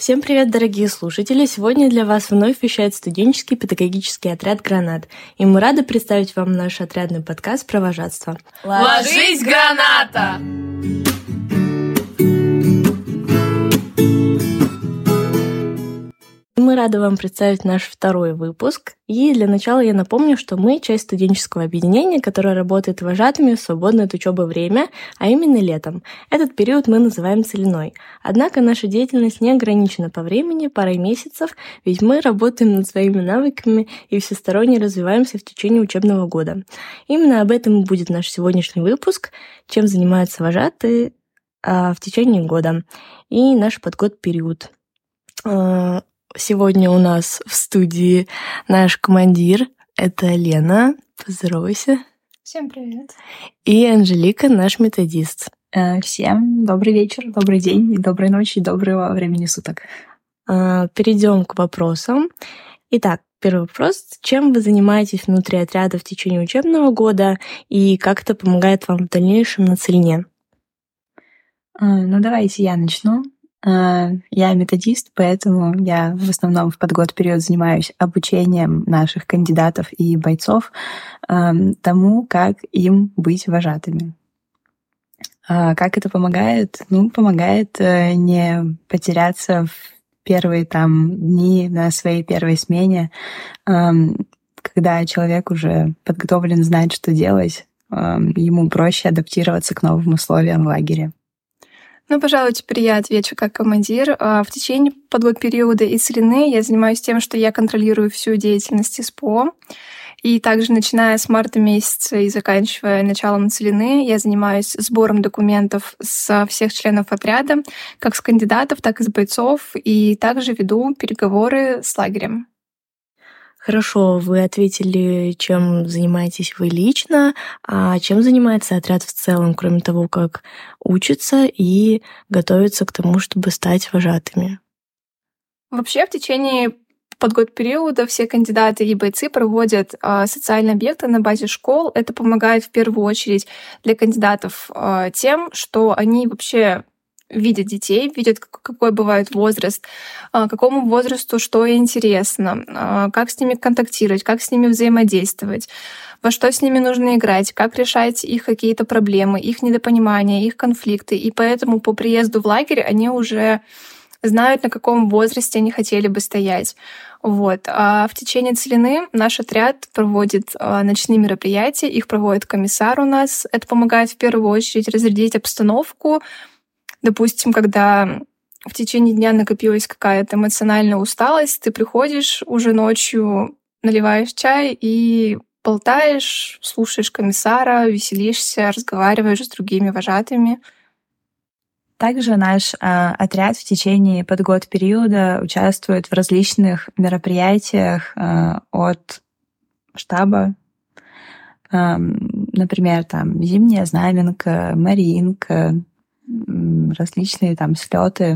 Всем привет, дорогие слушатели! Сегодня для вас вновь вещает студенческий педагогический отряд «Гранат». И мы рады представить вам наш отрядный подкаст про вожатство. Ложись, граната! Мы рады вам представить наш второй выпуск. И для начала я напомню, что мы часть студенческого объединения, которое работает вожатыми в свободное от учебы время, а именно летом. Этот период мы называем целиной. Однако наша деятельность не ограничена по времени, парой месяцев, ведь мы работаем над своими навыками и всесторонне развиваемся в течение учебного года. Именно об этом и будет наш сегодняшний выпуск, чем занимаются вожатые в течение года и наш подгод-период. Сегодня у нас в студии наш командир, это Лена. Поздоровайся. Всем привет. И Анжелика, наш методист. Всем добрый вечер, добрый день, доброй ночи, доброго времени суток. Перейдем к вопросам. Итак, первый вопрос. Чем вы занимаетесь внутри отряда в течение учебного года и как это помогает вам в дальнейшем на целине? Давайте я начну. Я методист, поэтому я в основном в подгод-период занимаюсь обучением наших кандидатов и бойцов тому, как им быть вожатыми. Как это помогает? Помогает не потеряться в первые дни на своей первой смене, когда человек уже подготовлен знать, что делать, ему проще адаптироваться к новым условиям в лагере. Пожалуй, теперь я отвечу как командир. В течение подгод-периода и целины я занимаюсь тем, что я контролирую всю деятельность СПО. И также, начиная с марта месяца и заканчивая началом целины, я занимаюсь сбором документов со всех членов отряда, как с кандидатов, так и с бойцов, и также веду переговоры с лагерем. Хорошо, вы ответили, чем занимаетесь вы лично, а чем занимается отряд в целом, кроме того, как учится и готовится к тому, чтобы стать вожатыми? Вообще, в течение подгод-периода все кандидаты и бойцы проводят социальные объекты на базе школ. Это помогает в первую очередь для кандидатов тем, что они вообще видят детей, видят, какой бывает возраст, какому возрасту что интересно, как с ними контактировать, как с ними взаимодействовать, во что с ними нужно играть, как решать их какие-то проблемы, их недопонимания, их конфликты. И поэтому по приезду в лагерь они уже знают, на каком возрасте они хотели бы стоять. А в течение целины наш отряд проводит ночные мероприятия, их проводит комиссар у нас. Это помогает в первую очередь разрядить обстановку. Допустим, когда в течение дня накопилась какая-то эмоциональная усталость, ты приходишь уже ночью, наливаешь чай и болтаешь, слушаешь комиссара, веселишься, разговариваешь с другими вожатыми. Также наш отряд в течение подгод-периода участвует в различных мероприятиях от штаба. Например, зимняя знаменка, мариинка, различные слеты.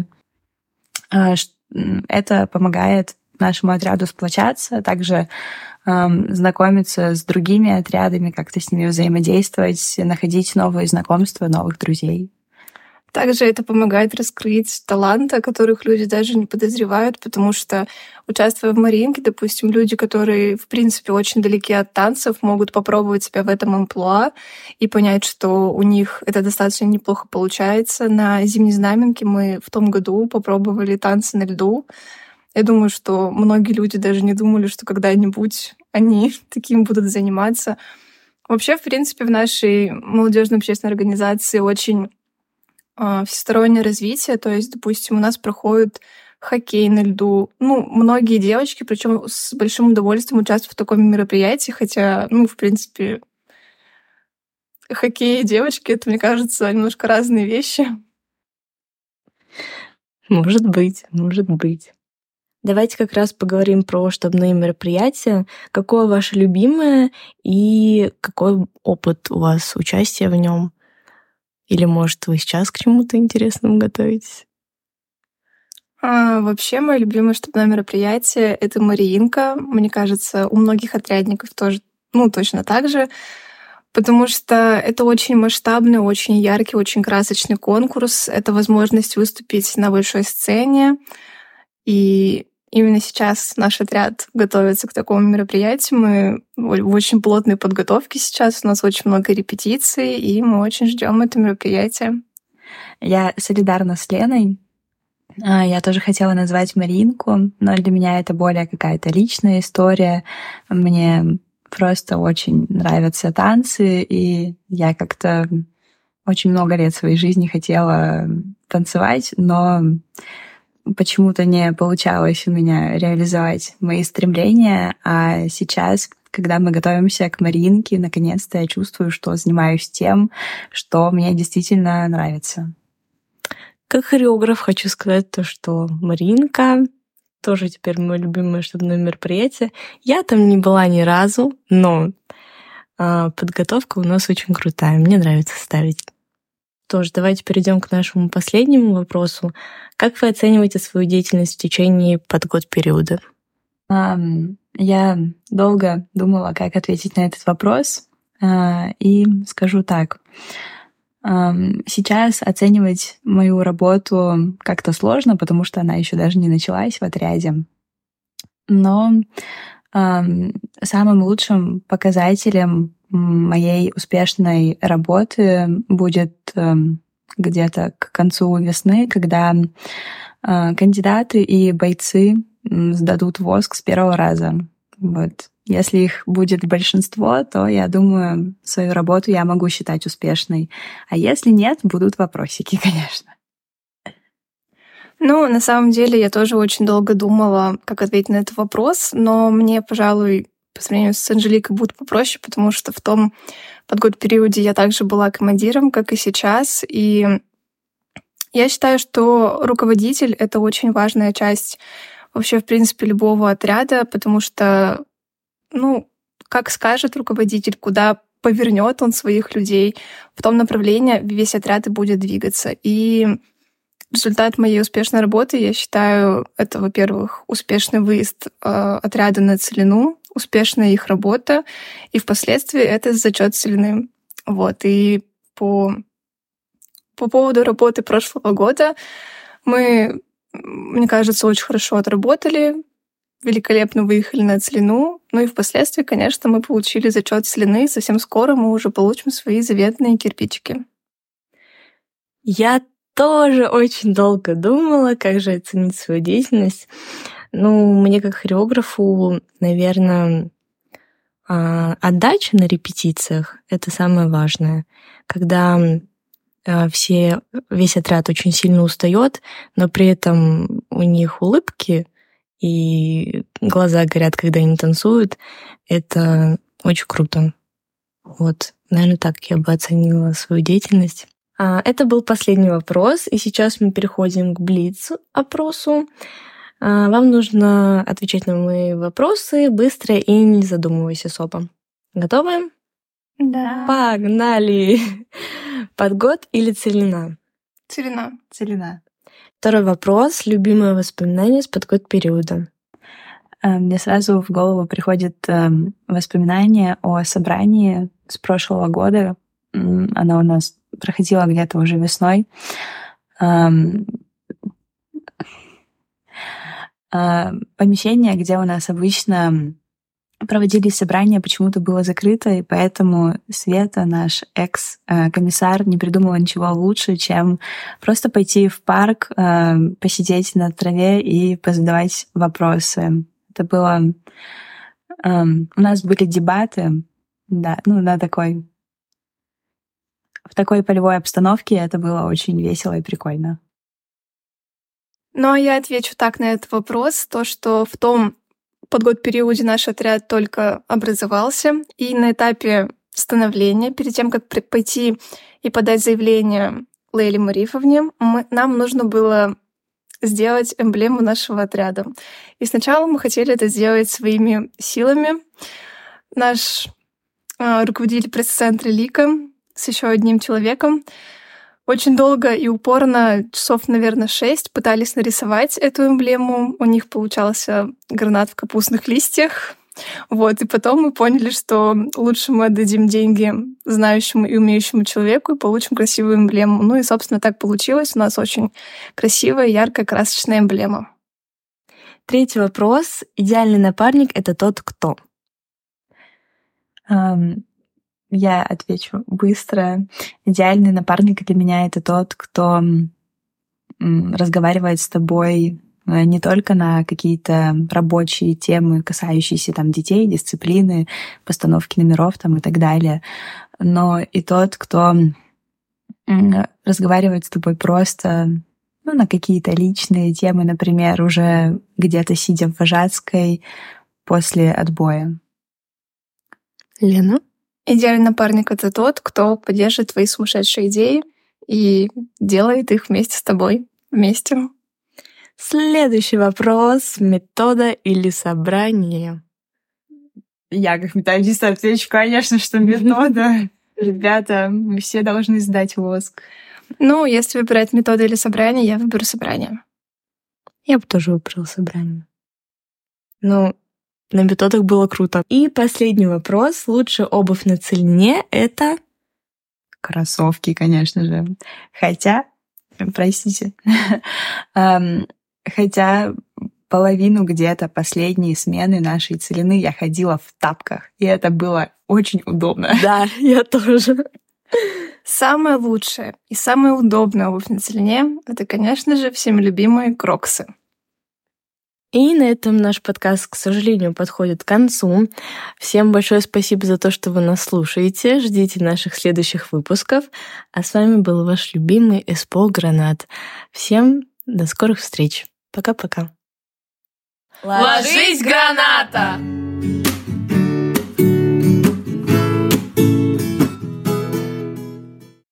Это помогает нашему отряду сплочаться, также знакомиться с другими отрядами, как-то с ними взаимодействовать, находить новые знакомства, новых друзей. Также это помогает раскрыть таланты, о которых люди даже не подозревают, потому что, участвуя в мариинке, допустим, люди, которые, в принципе, очень далеки от танцев, могут попробовать себя в этом амплуа и понять, что у них это достаточно неплохо получается. На зимней знаменке мы в том году попробовали танцы на льду. Я думаю, что многие люди даже не думали, что когда-нибудь они таким будут заниматься. Вообще, в принципе, в нашей молодежной общественной организации очень всестороннее развитие, то есть, допустим, у нас проходит хоккей на льду. Многие девочки, причем с большим удовольствием участвуют в таком мероприятии, хотя, в принципе, хоккей и девочки — это, мне кажется, немножко разные вещи. Может быть. Давайте как раз поговорим про штабные мероприятия. Какое ваше любимое и какой опыт у вас участия в нем? Или, может, вы сейчас к чему-то интересному готовитесь? Вообще, мое любимое штабное мероприятие — это мариинка. Мне кажется, у многих отрядников тоже, точно так же. Потому что это очень масштабный, очень яркий, очень красочный конкурс. Это возможность выступить на большой сцене. И именно сейчас наш отряд готовится к такому мероприятию. Мы в очень плотной подготовке сейчас. У нас очень много репетиций, и мы очень ждем это мероприятие. Я солидарна с Леной. Я тоже хотела назвать Маринку, но для меня это более какая-то личная история. Мне просто очень нравятся танцы, и я как-то очень много лет своей жизни хотела танцевать, но почему-то не получалось у меня реализовать мои стремления. А сейчас, когда мы готовимся к Маринке, наконец-то я чувствую, что занимаюсь тем, что мне действительно нравится. Как хореограф хочу сказать то, что Маринка тоже теперь мое любимое штабное мероприятие. Я там не была ни разу, но подготовка у нас очень крутая. Мне нравится ставить. Тоже давайте перейдем к нашему последнему вопросу. Как вы оцениваете свою деятельность в течение подготпериода? Я долго думала, как ответить на этот вопрос, и скажу так. Сейчас оценивать мою работу как-то сложно, потому что она еще даже не началась в отряде. Но самым лучшим показателем моей успешной работы будет где-то к концу весны, когда кандидаты и бойцы сдадут воск с первого раза. Вот. Если их будет большинство, то, я думаю, свою работу я могу считать успешной. А если нет, будут вопросики, конечно. Ну, на самом деле, я тоже очень долго думала, как ответить на этот вопрос, но мне, пожалуй, по сравнению с Анжеликой будет попроще, потому что в том подготпериоде я также была командиром, как и сейчас, и я считаю, что руководитель — это очень важная часть вообще, в принципе, любого отряда, потому что как скажет руководитель, куда повернет он своих людей, в том направлении весь отряд и будет двигаться. И результат моей успешной работы, я считаю, это, во-первых, успешный выезд отряда на Целину, успешная их работа, и впоследствии это зачет Целины. Вот. И по поводу работы прошлого года мы, мне кажется, очень хорошо отработали, великолепно выехали на Целину. Ну и впоследствии, конечно, мы получили зачет Целины. Совсем скоро мы уже получим свои заветные кирпичики. Я тоже очень долго думала, как же оценить свою деятельность. Мне как хореографу, наверное, отдача на репетициях — это самое важное. Когда весь отряд очень сильно устает, но при этом у них улыбки и глаза горят, когда они танцуют, это очень круто. Вот, наверное, так я бы оценила свою деятельность. Это был последний вопрос, и сейчас мы переходим к блиц-опросу. Вам нужно отвечать на мои вопросы быстро и не задумываясь особо. Готовы? Да. Погнали! Подгот или Целина? Целина. Второй вопрос. Любимое воспоминание с подготпериода? Мне сразу в голову приходит воспоминание о собрании с прошлого года. Оно у нас проходило где-то уже весной. Помещение, где у нас обычно проводились собрания, почему-то было закрыто, и поэтому Света, наш экс-комиссар, не придумала ничего лучше, чем просто пойти в парк, посидеть на траве и позадавать вопросы. Это было... У нас были дебаты, да, в такой полевой обстановке это было очень весело и прикольно. Ну, а я отвечу так на этот вопрос, то, что в том подготпериоде наш отряд только образовался, и на этапе становления, перед тем, как пойти и подать заявление Лейле Марифовне, нам нужно было сделать эмблему нашего отряда. И сначала мы хотели это сделать своими силами. Наш руководитель пресс-центра Лика с еще одним человеком очень долго и упорно, часов, наверное, 6, пытались нарисовать эту эмблему. У них получался гранат в капустных листьях. Вот, и потом мы поняли, что лучше мы отдадим деньги знающему и умеющему человеку и получим красивую эмблему. Ну и, собственно, так получилось. У нас очень красивая, яркая, красочная эмблема. Третий вопрос. Идеальный напарник — это тот, кто? Я отвечу быстро. Идеальный напарник для меня — это тот, кто разговаривает с тобой не только на какие-то рабочие темы, касающиеся там детей, дисциплины, постановки номеров там и так далее, но и тот, кто разговаривает с тобой просто на какие-то личные темы, например, уже где-то сидя в вожатской после отбоя. Лена? Идеальный напарник — это тот, кто поддерживает твои сумасшедшие идеи и делает их вместе с тобой, вместе. Следующий вопрос. Метода или собрание? Я как методист отвечу, конечно, что метода. Ребята, мы все должны сдать воск. Если выбирать методу или собрание, я выберу собрание. Я бы тоже выбрала собрание. На методах было круто. И последний вопрос. Лучшая обувь на целине — это... Кроссовки, конечно же. Хотя, простите, хотя половину где-то последней смены нашей целины я ходила в тапках, и это было очень удобно. Да, я тоже. Самая лучшая и самая удобная обувь на целине — это, конечно же, всеми любимые кроксы. И на этом наш подкаст, к сожалению, подходит к концу. Всем большое спасибо за то, что вы нас слушаете. Ждите наших следующих выпусков. А с вами был ваш любимый СПО Гранат. Всем до скорых встреч. Пока-пока. Ложись, граната!